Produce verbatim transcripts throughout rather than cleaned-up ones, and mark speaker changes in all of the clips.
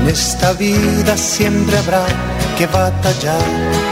Speaker 1: esta vida siempre habrá que batallar.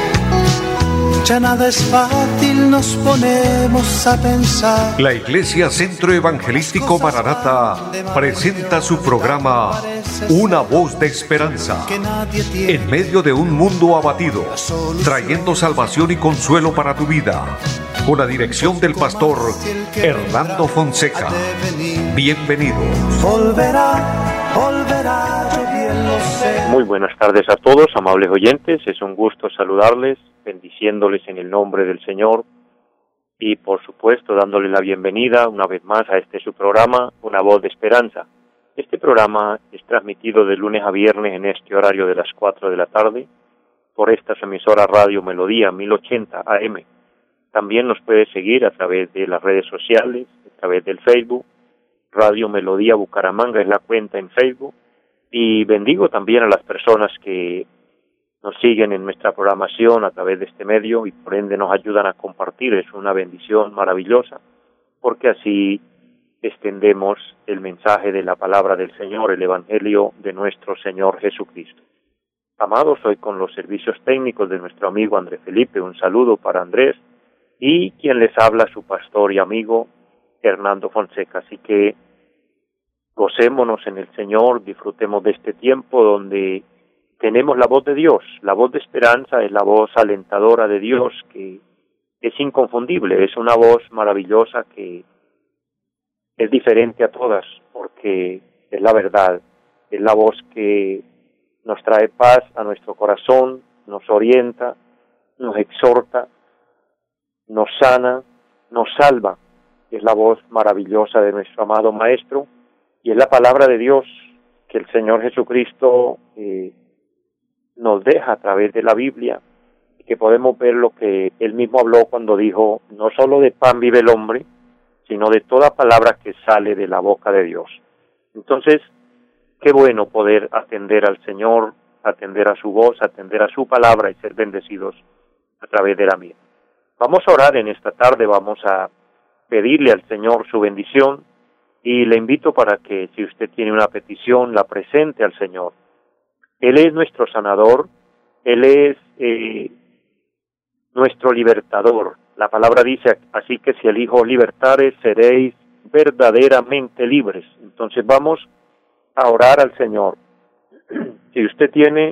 Speaker 1: Ya nada es fácil, nos ponemos a pensar.
Speaker 2: La Iglesia Centro Evangelístico Maranata presenta su programa Una Voz de Esperanza, en medio de un mundo abatido, trayendo salvación y consuelo para tu vida, con la dirección del pastor Hernando Fonseca. Bienvenidos.
Speaker 1: Volverá, volverá, yo bien lo sé.
Speaker 3: Muy buenas tardes a todos, amables oyentes. Es un gusto saludarles, bendiciéndoles en el nombre del Señor y, por supuesto, dándoles la bienvenida una vez más a este su programa, Una Voz de Esperanza. Este programa es transmitido de lunes a viernes en este horario de las cuatro de la tarde por estas emisoras Radio Melodía mil ochenta A M. También nos puede seguir a través de las redes sociales, a través del Facebook. Radio Melodía Bucaramanga es la cuenta en Facebook. Y bendigo también a las personas que nos siguen en nuestra programación a través de este medio y por ende nos ayudan a compartir. Es una bendición maravillosa, porque así extendemos el mensaje de la palabra del Señor, el Evangelio de nuestro Señor Jesucristo. Amados, hoy con los servicios técnicos de nuestro amigo Andrés Felipe, un saludo para Andrés, y quien les habla, su pastor y amigo Hernando Fonseca. Así que gocémonos en el Señor, disfrutemos de este tiempo donde tenemos la voz de Dios. La voz de esperanza es la voz alentadora de Dios, que es inconfundible, es una voz maravillosa que es diferente a todas, porque es la verdad, es la voz que nos trae paz a nuestro corazón, nos orienta, nos exhorta, nos sana, nos salva. Es la voz maravillosa de nuestro amado Maestro, y es la palabra de Dios que el Señor Jesucristo eh, nos deja a través de la Biblia, y que podemos ver lo que Él mismo habló cuando dijo, no solo de pan vive el hombre, sino de toda palabra que sale de la boca de Dios. Entonces, qué bueno poder atender al Señor, atender a su voz, atender a su palabra y ser bendecidos a través de la mía. Vamos a orar en esta tarde, vamos a pedirle al Señor su bendición, y le invito para que, si usted tiene una petición, la presente al Señor. Él es nuestro sanador, Él es eh, nuestro libertador. La palabra dice, así que si el Hijo libertare, seréis verdaderamente libres. Entonces vamos a orar al Señor. Si usted tiene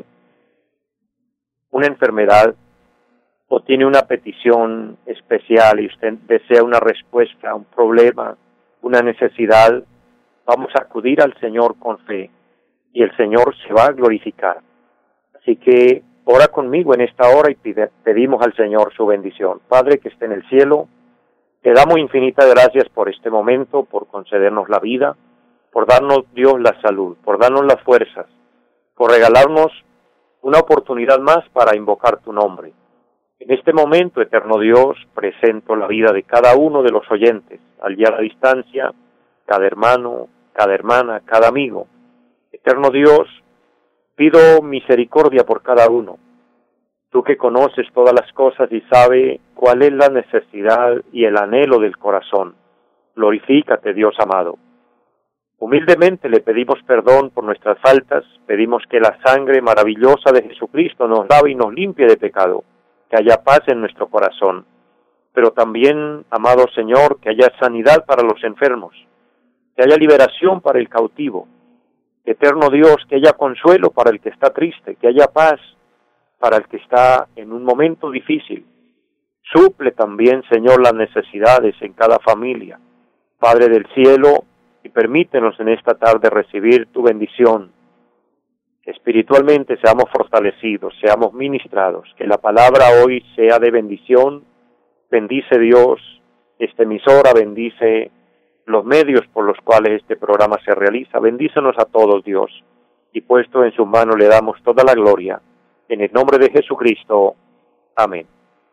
Speaker 3: una enfermedad o tiene una petición especial y usted desea una respuesta a un problema, una necesidad, vamos a acudir al Señor con fe y el Señor se va a glorificar. Así que ora conmigo en esta hora y pide, pedimos al Señor su bendición. Padre que esté en el cielo, te damos infinitas gracias por este momento, por concedernos la vida, por darnos, Dios, la salud, por darnos las fuerzas, por regalarnos una oportunidad más para invocar tu nombre. En este momento, eterno Dios, presento la vida de cada uno de los oyentes, allí a la distancia, cada hermano, cada hermana, cada amigo. Eterno Dios, pido misericordia por cada uno. Tú que conoces todas las cosas y sabes cuál es la necesidad y el anhelo del corazón. Glorifícate, Dios amado. Humildemente le pedimos perdón por nuestras faltas, pedimos que la sangre maravillosa de Jesucristo nos lave y nos limpie de pecado, que haya paz en nuestro corazón, pero también, amado Señor, que haya sanidad para los enfermos, que haya liberación para el cautivo, eterno Dios, que haya consuelo para el que está triste, que haya paz para el que está en un momento difícil. Suple también, Señor, las necesidades en cada familia. Padre del cielo, y permítenos en esta tarde recibir tu bendición. Espiritualmente seamos fortalecidos, seamos ministrados, que la palabra hoy sea de bendición. Bendice Dios esta emisora, bendice los medios por los cuales este programa se realiza, bendícenos a todos, Dios, y puesto en sus manos le damos toda la gloria, en el nombre de Jesucristo, amén.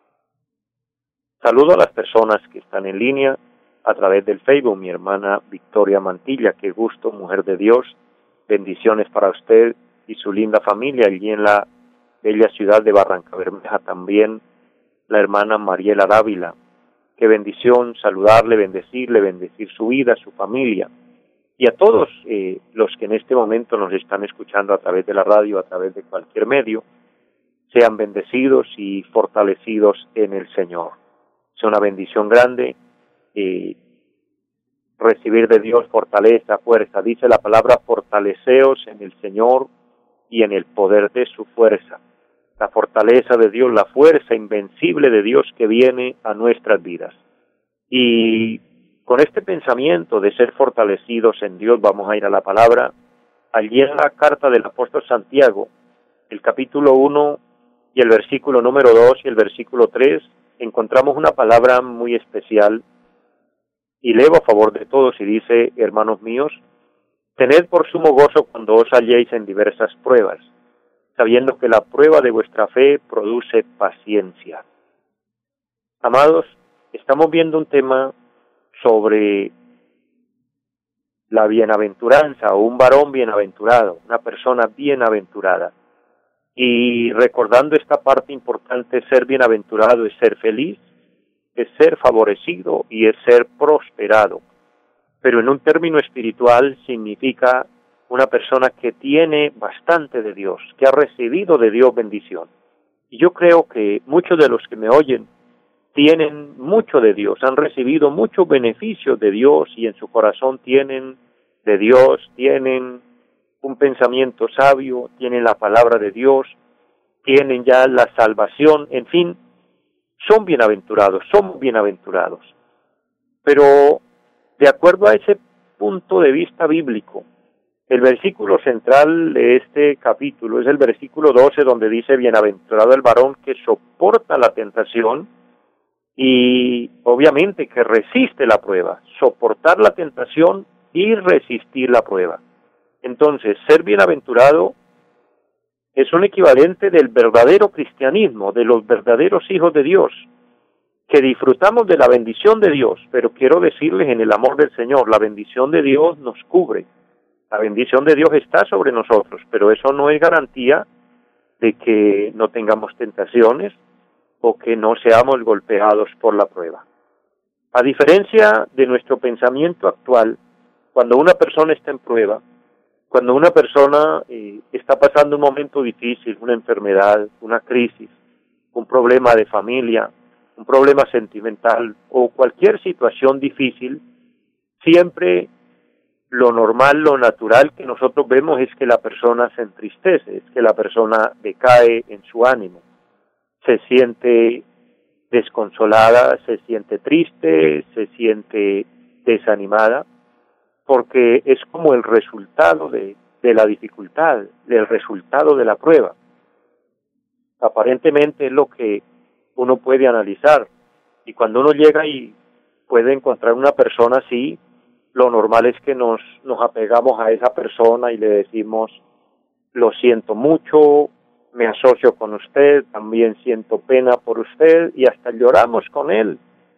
Speaker 3: Saludo a las personas que están en línea a través del Facebook, mi hermana Victoria Mantilla, qué gusto, mujer de Dios, bendiciones para usted y su linda familia allí en la bella ciudad de Barrancabermeja. También la hermana Mariela Dávila, qué bendición saludarle, bendecirle, bendecir su vida, su familia. y a todos eh, los que en este momento nos están escuchando a través de la radio, a través de cualquier medio, sean bendecidos y fortalecidos en el Señor. Es una bendición grande eh, recibir de Dios fortaleza, fuerza. Dice la palabra, fortaleceos en el Señor y en el poder de su fuerza. La fortaleza de Dios, la fuerza invencible de Dios que viene a nuestras vidas. Y con este pensamiento de ser fortalecidos en Dios, vamos a ir a la palabra. Allí en la carta del apóstol Santiago, el capítulo uno y el versículo número dos y el versículo tres, encontramos una palabra muy especial, y leo a favor de todos, y dice, hermanos míos, tened por sumo gozo cuando os halléis en diversas pruebas, sabiendo que la prueba de vuestra fe produce paciencia. Amados, estamos viendo un tema sobre la bienaventuranza, o un varón bienaventurado, una persona bienaventurada. Y recordando esta parte importante, ser bienaventurado es ser feliz, es ser favorecido y es ser prosperado. Pero en un término espiritual significa una persona que tiene bastante de Dios, que ha recibido de Dios bendición. Y yo creo que muchos de los que me oyen tienen mucho de Dios, han recibido muchos beneficios de Dios y en su corazón tienen de Dios, tienen un pensamiento sabio, tienen la palabra de Dios, tienen ya la salvación, en fin, son bienaventurados, somos bienaventurados. Pero de acuerdo a ese punto de vista bíblico, el versículo central de este capítulo es el versículo doce, donde dice, bienaventurado el varón que soporta la tentación y obviamente que resiste la prueba, soportar la tentación y resistir la prueba. Entonces, ser bienaventurado es un equivalente del verdadero cristianismo, de los verdaderos hijos de Dios, que disfrutamos de la bendición de Dios, pero quiero decirles en el amor del Señor, la bendición de Dios nos cubre, la bendición de Dios está sobre nosotros, pero eso no es garantía de que no tengamos tentaciones o que no seamos golpeados por la prueba. A diferencia de nuestro pensamiento actual, cuando una persona está en prueba, cuando una persona eh, está pasando un momento difícil, una enfermedad, una crisis, un problema de familia, un problema sentimental o cualquier situación difícil, siempre lo normal, lo natural que nosotros vemos es que la persona se entristece, es que la persona decae en su ánimo, se siente desconsolada, se siente triste, se siente desanimada, porque es como el resultado de, de la dificultad, del resultado de la prueba. Aparentemente es lo que uno puede analizar, y cuando uno llega y puede encontrar una persona así, lo normal es que nos, nos apegamos a esa persona y le decimos, lo siento mucho, me asocio con usted, también siento pena por usted, y hasta lloramos con él.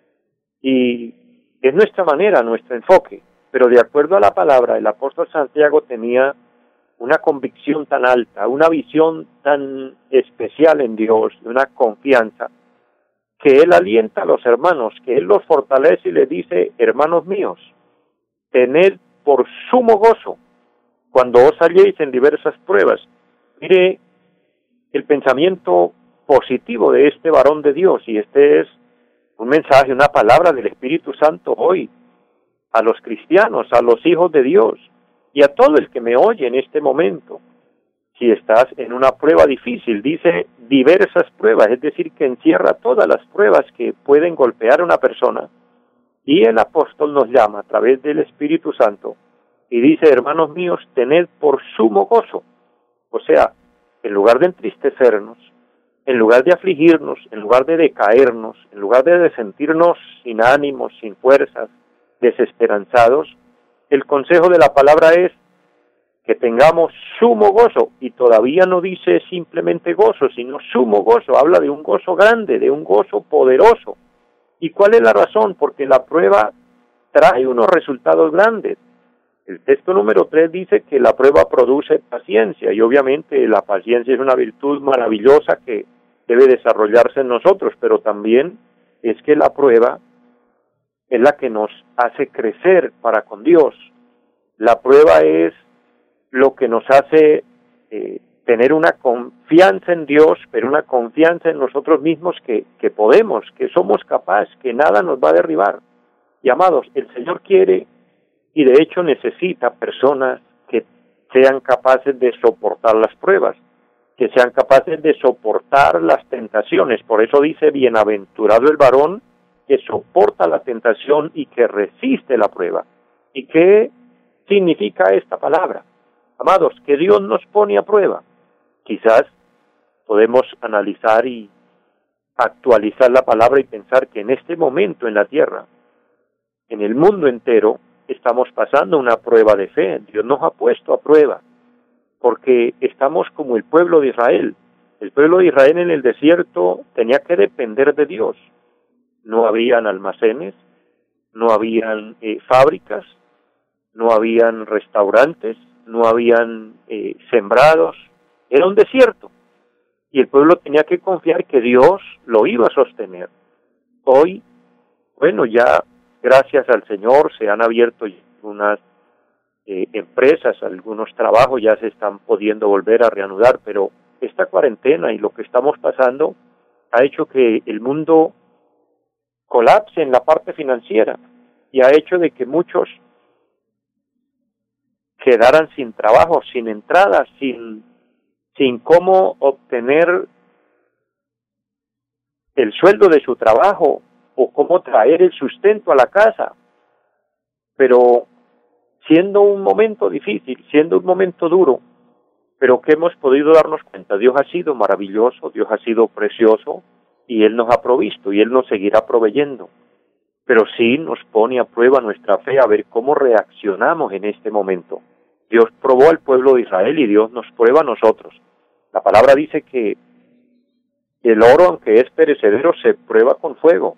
Speaker 3: Y es nuestra manera, nuestro enfoque. Pero de acuerdo a la palabra, el apóstol Santiago tenía una convicción tan alta, una visión tan especial en Dios, una confianza, que él alienta a los hermanos, que él los fortalece y les dice, hermanos míos, tened por sumo gozo cuando os halléis en diversas pruebas. Mire el pensamiento positivo de este varón de Dios, y este es un mensaje, una palabra del Espíritu Santo hoy, a los cristianos, a los hijos de Dios, y a todo el que me oye en este momento. Si estás en una prueba difícil, dice diversas pruebas, es decir, que encierra todas las pruebas que pueden golpear a una persona, y el apóstol nos llama a través del Espíritu Santo, y dice, hermanos míos, tened por sumo gozo. O sea, en lugar de entristecernos, en lugar de afligirnos, en lugar de decaernos, en lugar de sentirnos sin ánimos, sin fuerzas, desesperanzados, el consejo de la palabra es que tengamos sumo gozo, y todavía no dice simplemente gozo, sino sumo gozo, habla de un gozo grande, de un gozo poderoso. ¿Y cuál es la razón? Porque la prueba trae unos resultados grandes. El texto número tres dice que la prueba produce paciencia, y obviamente la paciencia es una virtud maravillosa que debe desarrollarse en nosotros, pero también es que la prueba es la que nos hace crecer para con Dios. La prueba es lo que nos hace eh, tener una confianza en Dios, pero una confianza en nosotros mismos que, que podemos, que somos capaces, que nada nos va a derribar. Y amados, el Señor quiere y de hecho necesita personas que sean capaces de soportar las pruebas, que sean capaces de soportar las tentaciones. Por eso dice, bienaventurado el varón que soporta la tentación y que resiste la prueba. ¿Y qué significa esta palabra? Amados, que Dios nos pone a prueba. Quizás podemos analizar y actualizar la palabra y pensar que en este momento en la tierra, en el mundo entero, estamos pasando una prueba de fe. Dios nos ha puesto a prueba, porque estamos como el pueblo de Israel. El pueblo de Israel en el desierto tenía que depender de Dios. No habían almacenes, no habían eh, fábricas, no habían restaurantes, no habían eh, sembrados, era un desierto. Y el pueblo tenía que confiar que Dios lo iba a sostener. Hoy, bueno, ya gracias al Señor se han abierto algunas eh, empresas, algunos trabajos ya se están pudiendo volver a reanudar, pero esta cuarentena y lo que estamos pasando ha hecho que el mundo colapse en la parte financiera y ha hecho de que muchos quedaran sin trabajo, sin entrada, sin, sin cómo obtener el sueldo de su trabajo o cómo traer el sustento a la casa. Pero siendo un momento difícil, siendo un momento duro, pero que hemos podido darnos cuenta, Dios ha sido maravilloso, Dios ha sido precioso, y Él nos ha provisto, y Él nos seguirá proveyendo. Pero sí nos pone a prueba nuestra fe, a ver cómo reaccionamos en este momento. Dios probó al pueblo de Israel y Dios nos prueba a nosotros. La palabra dice que el oro, aunque es perecedero, se prueba con fuego.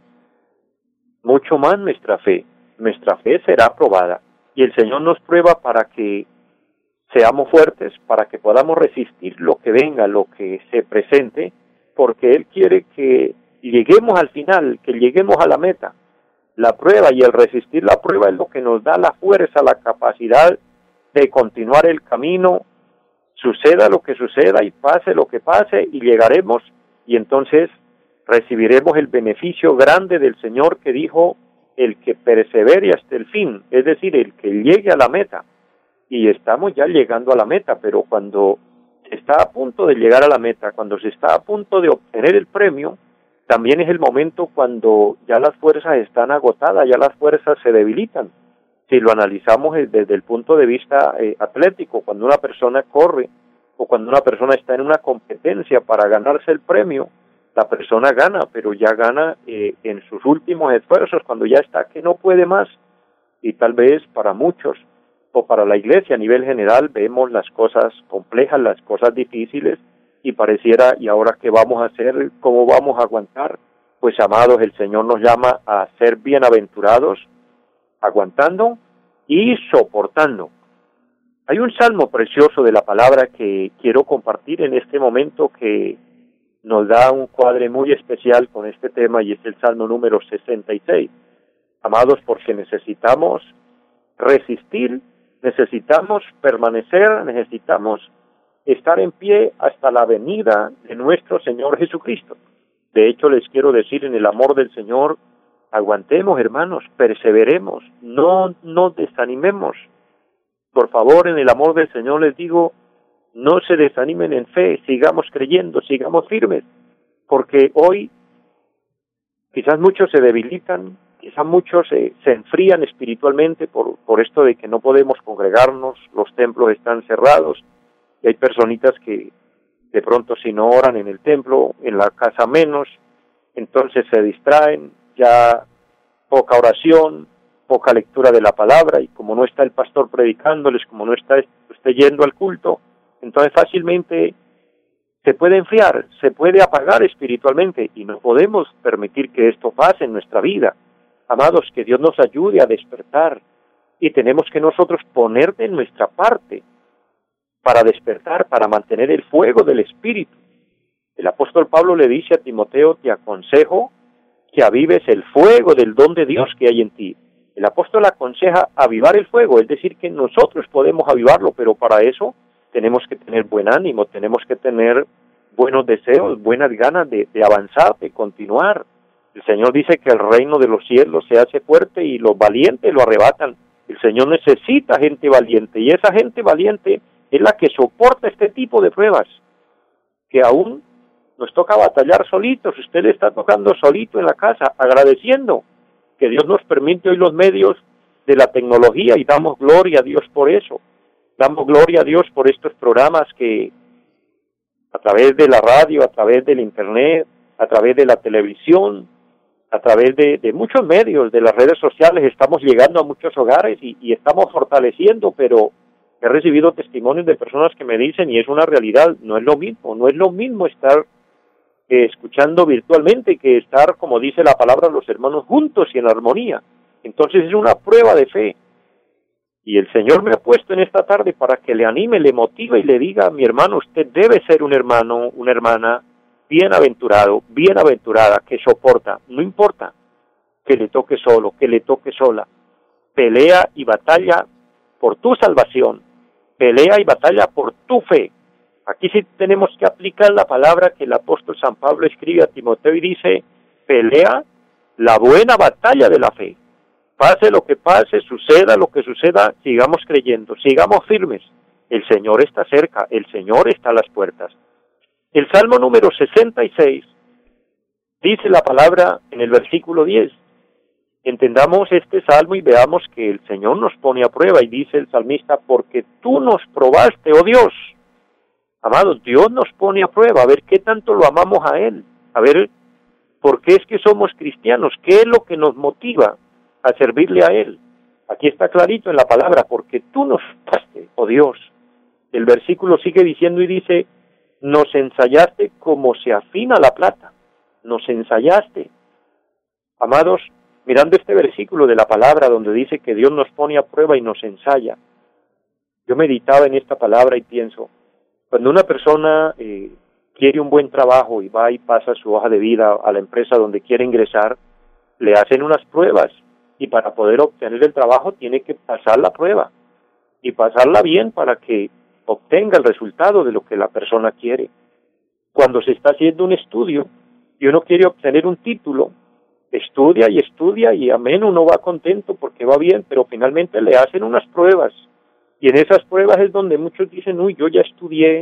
Speaker 3: Mucho más nuestra fe. Nuestra fe será probada. Y el Señor nos prueba para que seamos fuertes, para que podamos resistir lo que venga, lo que se presente, porque Él quiere que lleguemos al final, que lleguemos a la meta. La prueba y el resistir la prueba es lo que nos da la fuerza, la capacidad de continuar el camino, suceda lo que suceda y pase lo que pase, y llegaremos, y entonces recibiremos el beneficio grande del Señor que dijo, el que persevere hasta el fin, es decir, el que llegue a la meta. Y estamos ya llegando a la meta, pero cuando se está a punto de llegar a la meta, cuando se está a punto de obtener el premio, también es el momento cuando ya las fuerzas están agotadas, ya las fuerzas se debilitan. Si lo analizamos desde el punto de vista eh, atlético, cuando una persona corre o cuando una persona está en una competencia para ganarse el premio, la persona gana, pero ya gana eh, en sus últimos esfuerzos, cuando ya está que no puede más. Y tal vez para muchos, o para la iglesia a nivel general, vemos las cosas complejas, las cosas difíciles, y pareciera, ¿y ahora qué vamos a hacer? ¿Cómo vamos a aguantar? Pues, amados, el Señor nos llama a ser bienaventurados, aguantando y soportando. Hay un salmo precioso de la palabra que quiero compartir en este momento que nos da un cuadre muy especial con este tema, y es el Salmo número sesenta y seis. Amados, porque necesitamos resistir, necesitamos permanecer, necesitamos estar en pie hasta la venida de nuestro Señor Jesucristo. De hecho, les quiero decir, en el amor del Señor, aguantemos, hermanos, perseveremos, no nos desanimemos. Por favor, en el amor del Señor les digo, no se desanimen en fe, sigamos creyendo, sigamos firmes, porque hoy quizás muchos se debilitan, quizás muchos se, se enfrían espiritualmente por, por esto de que no podemos congregarnos, los templos están cerrados, y hay personitas que de pronto si no oran en el templo, en la casa menos, entonces se distraen, ya poca oración, poca lectura de la palabra, y como no está el pastor predicándoles, como no está usted yendo al culto, entonces fácilmente se puede enfriar, se puede apagar espiritualmente, y no podemos permitir que esto pase en nuestra vida. Amados, que Dios nos ayude a despertar, y tenemos que nosotros poner de nuestra parte para despertar, para mantener el fuego del Espíritu. El apóstol Pablo le dice a Timoteo, te aconsejo que avives el fuego del don de Dios que hay en ti. El apóstol aconseja avivar el fuego, es decir, que nosotros podemos avivarlo, pero para eso tenemos que tener buen ánimo, tenemos que tener buenos deseos, buenas ganas de, de avanzar, de continuar. El Señor dice que el reino de los cielos se hace fuerte y los valientes lo arrebatan. El Señor necesita gente valiente, y esa gente valiente es la que soporta este tipo de pruebas, que aún nos toca batallar solitos. Usted le está tocando solito en la casa, agradeciendo que Dios nos permite hoy los medios de la tecnología, y damos gloria a Dios por eso. Damos gloria a Dios por estos programas que a través de la radio, a través del internet, a través de la televisión, a través de, de muchos medios, de las redes sociales, estamos llegando a muchos hogares y, y estamos fortaleciendo, pero he recibido testimonios de personas que me dicen, y es una realidad, no es lo mismo, no es lo mismo estar eh, escuchando virtualmente que estar, como dice la palabra, los hermanos juntos y en armonía. Entonces es una prueba de fe. Y el Señor me ha puesto en esta tarde para que le anime, le motive y le diga, mi hermano, usted debe ser un hermano, una hermana bienaventurado, bienaventurada, que soporta, no importa que le toque solo, que le toque sola, pelea y batalla por tu salvación, pelea y batalla por tu fe. Aquí sí tenemos que aplicar la palabra que el apóstol San Pablo escribe a Timoteo y dice, pelea la buena batalla de la fe. Pase lo que pase, suceda lo que suceda, sigamos creyendo, sigamos firmes. El Señor está cerca, el Señor está a las puertas. El Salmo número sesenta y seis dice la palabra en el versículo diez. Entendamos este salmo y veamos que el Señor nos pone a prueba, y dice el salmista, porque tú nos probaste, oh Dios. Amados, Dios nos pone a prueba, a ver qué tanto lo amamos a Él, a ver por qué es que somos cristianos, qué es lo que nos motiva a servirle a Él. Aquí está clarito en la palabra, porque tú nos probaste, oh Dios. El versículo sigue diciendo y dice, nos ensayaste como se afina la plata, nos ensayaste. Amados, mirando este versículo de la palabra donde dice que Dios nos pone a prueba y nos ensaya, yo meditaba en esta palabra y pienso, cuando una persona eh, quiere un buen trabajo y va y pasa su hoja de vida a la empresa donde quiere ingresar, le hacen unas pruebas, y para poder obtener el trabajo tiene que pasar la prueba, y pasarla bien para que obtenga el resultado de lo que la persona quiere. Cuando se está haciendo un estudio y uno quiere obtener un título, estudia y estudia y amén, uno va contento porque va bien, pero finalmente le hacen unas pruebas, y en esas pruebas es donde muchos dicen, uy, yo ya estudié,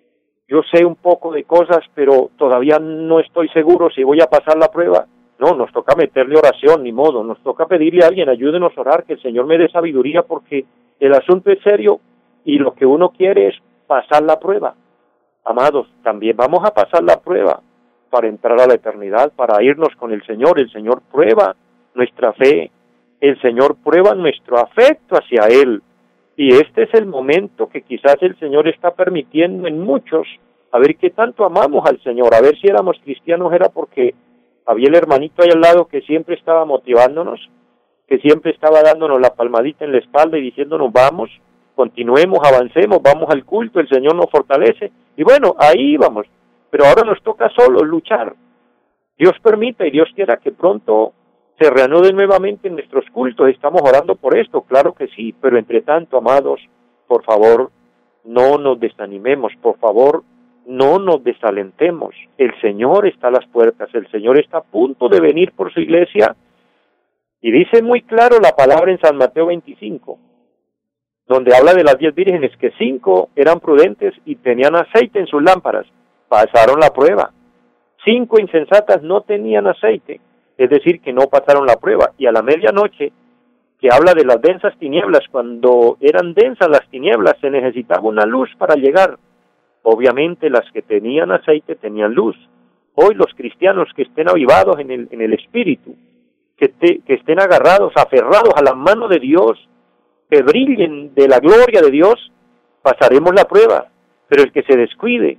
Speaker 3: yo sé un poco de cosas, pero todavía no estoy seguro si voy a pasar la prueba. No, nos toca meterle oración, ni modo, nos toca pedirle a alguien, ayúdenos a orar, que el Señor me dé sabiduría, porque el asunto es serio y lo que uno quiere es pasar la prueba. Amados, también vamos a pasar la prueba para entrar a la eternidad, para irnos con el Señor. El Señor prueba nuestra fe, el Señor prueba nuestro afecto hacia Él, y este es el momento que quizás el Señor está permitiendo en muchos, a ver qué tanto amamos al Señor, a ver si éramos cristianos, era porque había el hermanito ahí al lado que siempre estaba motivándonos, que siempre estaba dándonos la palmadita en la espalda y diciéndonos, vamos, continuemos, avancemos, vamos al culto, el Señor nos fortalece, y bueno, ahí vamos, pero ahora nos toca solo luchar. Dios permita y Dios quiera que pronto se reanude nuevamente en nuestros cultos, estamos orando por esto, claro que sí, pero entre tanto, amados, por favor, no nos desanimemos, por favor, no nos desalentemos. El Señor está a las puertas, el Señor está a punto de venir por su iglesia, y dice muy claro la palabra en San Mateo veinticinco, donde habla de las diez vírgenes, que cinco eran prudentes y tenían aceite en sus lámparas, pasaron la prueba. Cinco insensatas no tenían aceite, es decir, que no pasaron la prueba, y a la medianoche, que habla de las densas tinieblas, cuando eran densas las tinieblas, se necesitaba una luz para llegar. Obviamente las que tenían aceite tenían luz. Hoy los cristianos que estén avivados en el, en el Espíritu, que, te, que estén agarrados, aferrados a la mano de Dios, que brillen de la gloria de Dios, pasaremos la prueba. Pero el que se descuide,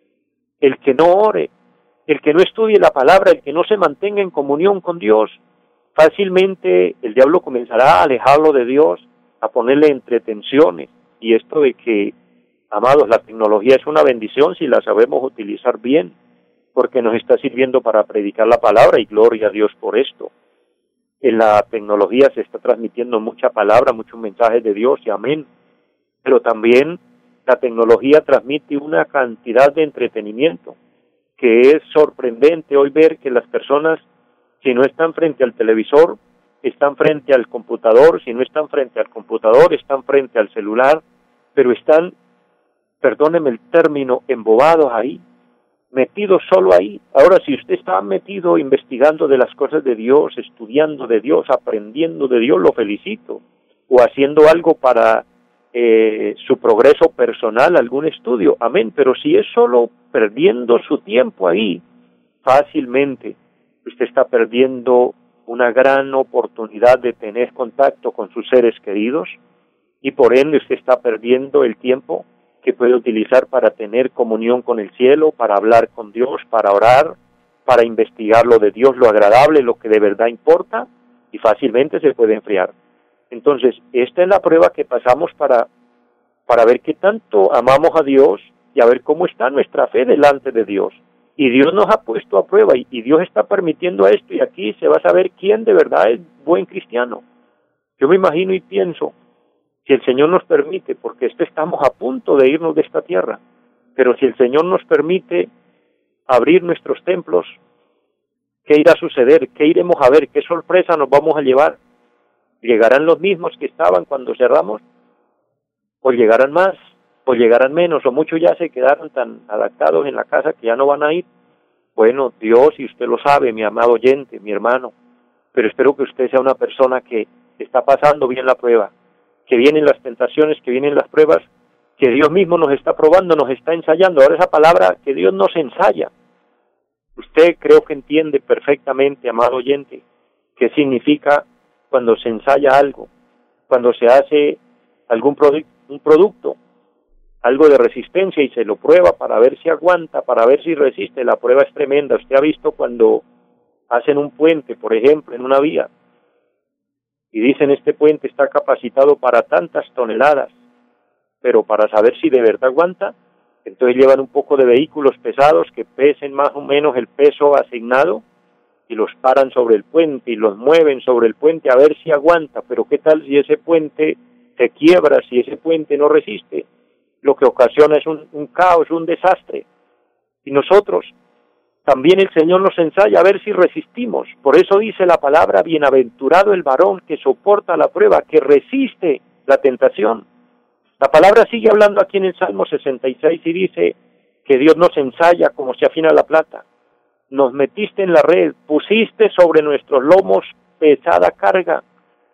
Speaker 3: el que no ore, el que no estudie la palabra, el que no se mantenga en comunión con Dios, fácilmente el diablo comenzará a alejarlo de Dios, a ponerle entretenciones. Y esto de que, amados, la tecnología es una bendición si la sabemos utilizar bien, porque nos está sirviendo para predicar la palabra, y gloria a Dios por esto. En la tecnología se está transmitiendo mucha palabra, muchos mensajes de Dios y amén. Pero también la tecnología transmite una cantidad de entretenimiento que es sorprendente hoy ver que las personas, si no están frente al televisor, están frente al computador, si no están frente al computador, están frente al celular, pero están, perdónenme el término, embobados ahí, metidos solo ahí. Ahora, si usted está metido investigando de las cosas de Dios, estudiando de Dios, aprendiendo de Dios, lo felicito, o haciendo algo para eh, su progreso personal, algún estudio, amén, pero si es solo perdiendo su tiempo ahí, fácilmente usted está perdiendo una gran oportunidad de tener contacto con sus seres queridos y por ende usted está perdiendo el tiempo que puede utilizar para tener comunión con el cielo, para hablar con Dios, para orar, para investigar lo de Dios, lo agradable, lo que de verdad importa, y fácilmente se puede enfriar. Entonces, esta es la prueba que pasamos para, para ver qué tanto amamos a Dios y a ver cómo está nuestra fe delante de Dios. Y Dios nos ha puesto a prueba y, y Dios está permitiendo esto y aquí se va a saber quién de verdad es buen cristiano. Yo me imagino y pienso, si el Señor nos permite, porque esto estamos a punto de irnos de esta tierra, pero si el Señor nos permite abrir nuestros templos, ¿qué irá a suceder? ¿Qué iremos a ver? ¿Qué sorpresa nos vamos a llevar? ¿Llegarán los mismos que estaban cuando cerramos? ¿O llegarán más? ¿O llegarán menos? ¿O muchos ya se quedaron tan adaptados en la casa que ya no van a ir? Bueno, Dios, y usted lo sabe, mi amado oyente, mi hermano, pero espero que usted sea una persona que está pasando bien la prueba, que vienen las tentaciones, que vienen las pruebas, que Dios mismo nos está probando, nos está ensayando. Ahora esa palabra, que Dios nos ensaya, usted creo que entiende perfectamente, amado oyente, qué significa cuando se ensaya algo, cuando se hace algún produ- un producto, algo de resistencia y se lo prueba para ver si aguanta, para ver si resiste. La prueba es tremenda. Usted ha visto cuando hacen un puente, por ejemplo, en una vía, y dicen este puente está capacitado para tantas toneladas, pero para saber si de verdad aguanta, entonces llevan un poco de vehículos pesados que pesen más o menos el peso asignado y los paran sobre el puente y los mueven sobre el puente a ver si aguanta. Pero ¿qué tal si ese puente se quiebra, si ese puente no resiste? Lo que ocasiona es un, un caos, un desastre. Y nosotros, también el Señor nos ensaya a ver si resistimos. Por eso dice la palabra, bienaventurado el varón que soporta la prueba, que resiste la tentación. La palabra sigue hablando aquí en el Salmo sesenta y seis y dice que Dios nos ensaya como se afina la plata. Nos metiste en la red, pusiste sobre nuestros lomos pesada carga.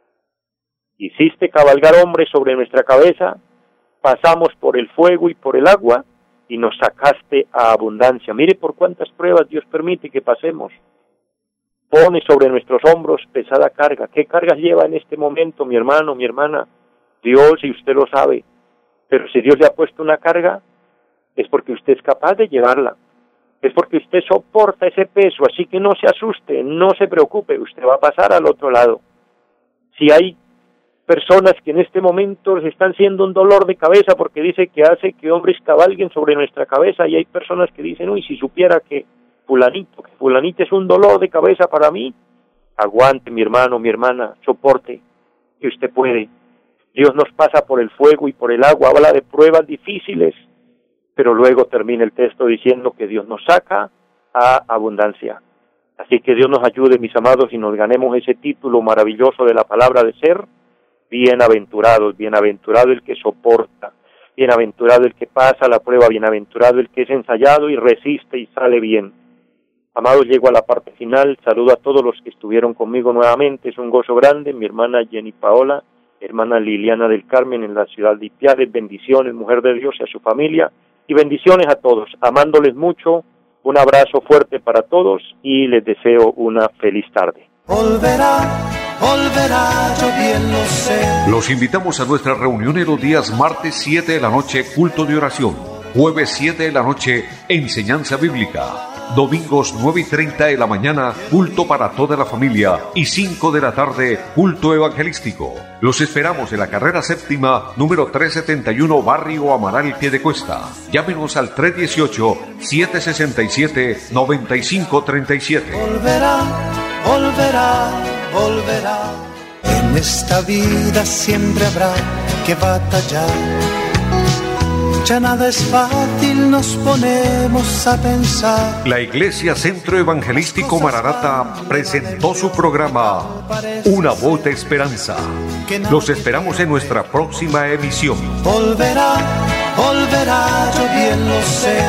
Speaker 3: Hiciste cabalgar hombres sobre nuestra cabeza, pasamos por el fuego y por el agua, y nos sacaste a abundancia. Mire por cuántas pruebas Dios permite que pasemos. Pone sobre nuestros hombros pesada carga. ¿Qué cargas lleva en este momento, mi hermano, mi hermana? Dios, y usted lo sabe. Pero si Dios le ha puesto una carga, es porque usted es capaz de llevarla. Es porque usted soporta ese peso, así que no se asuste, no se preocupe, usted va a pasar al otro lado. Si hay personas que en este momento les están siendo un dolor de cabeza porque dice que hace que hombres cabalguen sobre nuestra cabeza, y hay personas que dicen, uy, si supiera que fulanito, que fulanito es un dolor de cabeza para mí, aguante, mi hermano, mi hermana, soporte, que usted puede. Dios nos pasa por el fuego y por el agua, habla de pruebas difíciles, pero luego termina el texto diciendo que Dios nos saca a abundancia. Así que Dios nos ayude, mis amados, y nos ganemos ese título maravilloso de la palabra de ser bienaventurados, bienaventurado el que soporta, bienaventurado el que pasa la prueba, bienaventurado el que es ensayado y resiste y sale bien. Amados, llego a la parte final, saludo a todos los que estuvieron conmigo nuevamente, es un gozo grande, mi hermana Jenny Paola, hermana Liliana del Carmen en la ciudad de Ipiales, bendiciones, mujer de Dios, y a su familia, y bendiciones a todos, amándoles mucho, un abrazo fuerte para todos y les deseo una feliz tarde.
Speaker 1: Volverá, volverá, yo bien lo sé.
Speaker 2: Los invitamos a nuestra reunión en los días martes siete de la noche, culto de oración, jueves siete de la noche, enseñanza bíblica, domingos nueve y treinta de la mañana, culto para toda la familia, y cinco de la tarde, culto evangelístico. Los esperamos en la carrera séptima, número trescientos setenta y uno, barrio Amaral, Piedecuesta. Llámenos al tres dieciocho, siete sesenta y siete, noventa y cinco treinta y siete.
Speaker 1: Volverá, volverá. volverá. En esta vida siempre habrá que batallar. Ya nada es fácil, nos ponemos a pensar.
Speaker 2: La Iglesia Centro Evangelístico Maranata presentó su programa Una Voz de Esperanza. Los esperamos en nuestra próxima emisión.
Speaker 1: Volverá, volverá, yo bien lo sé.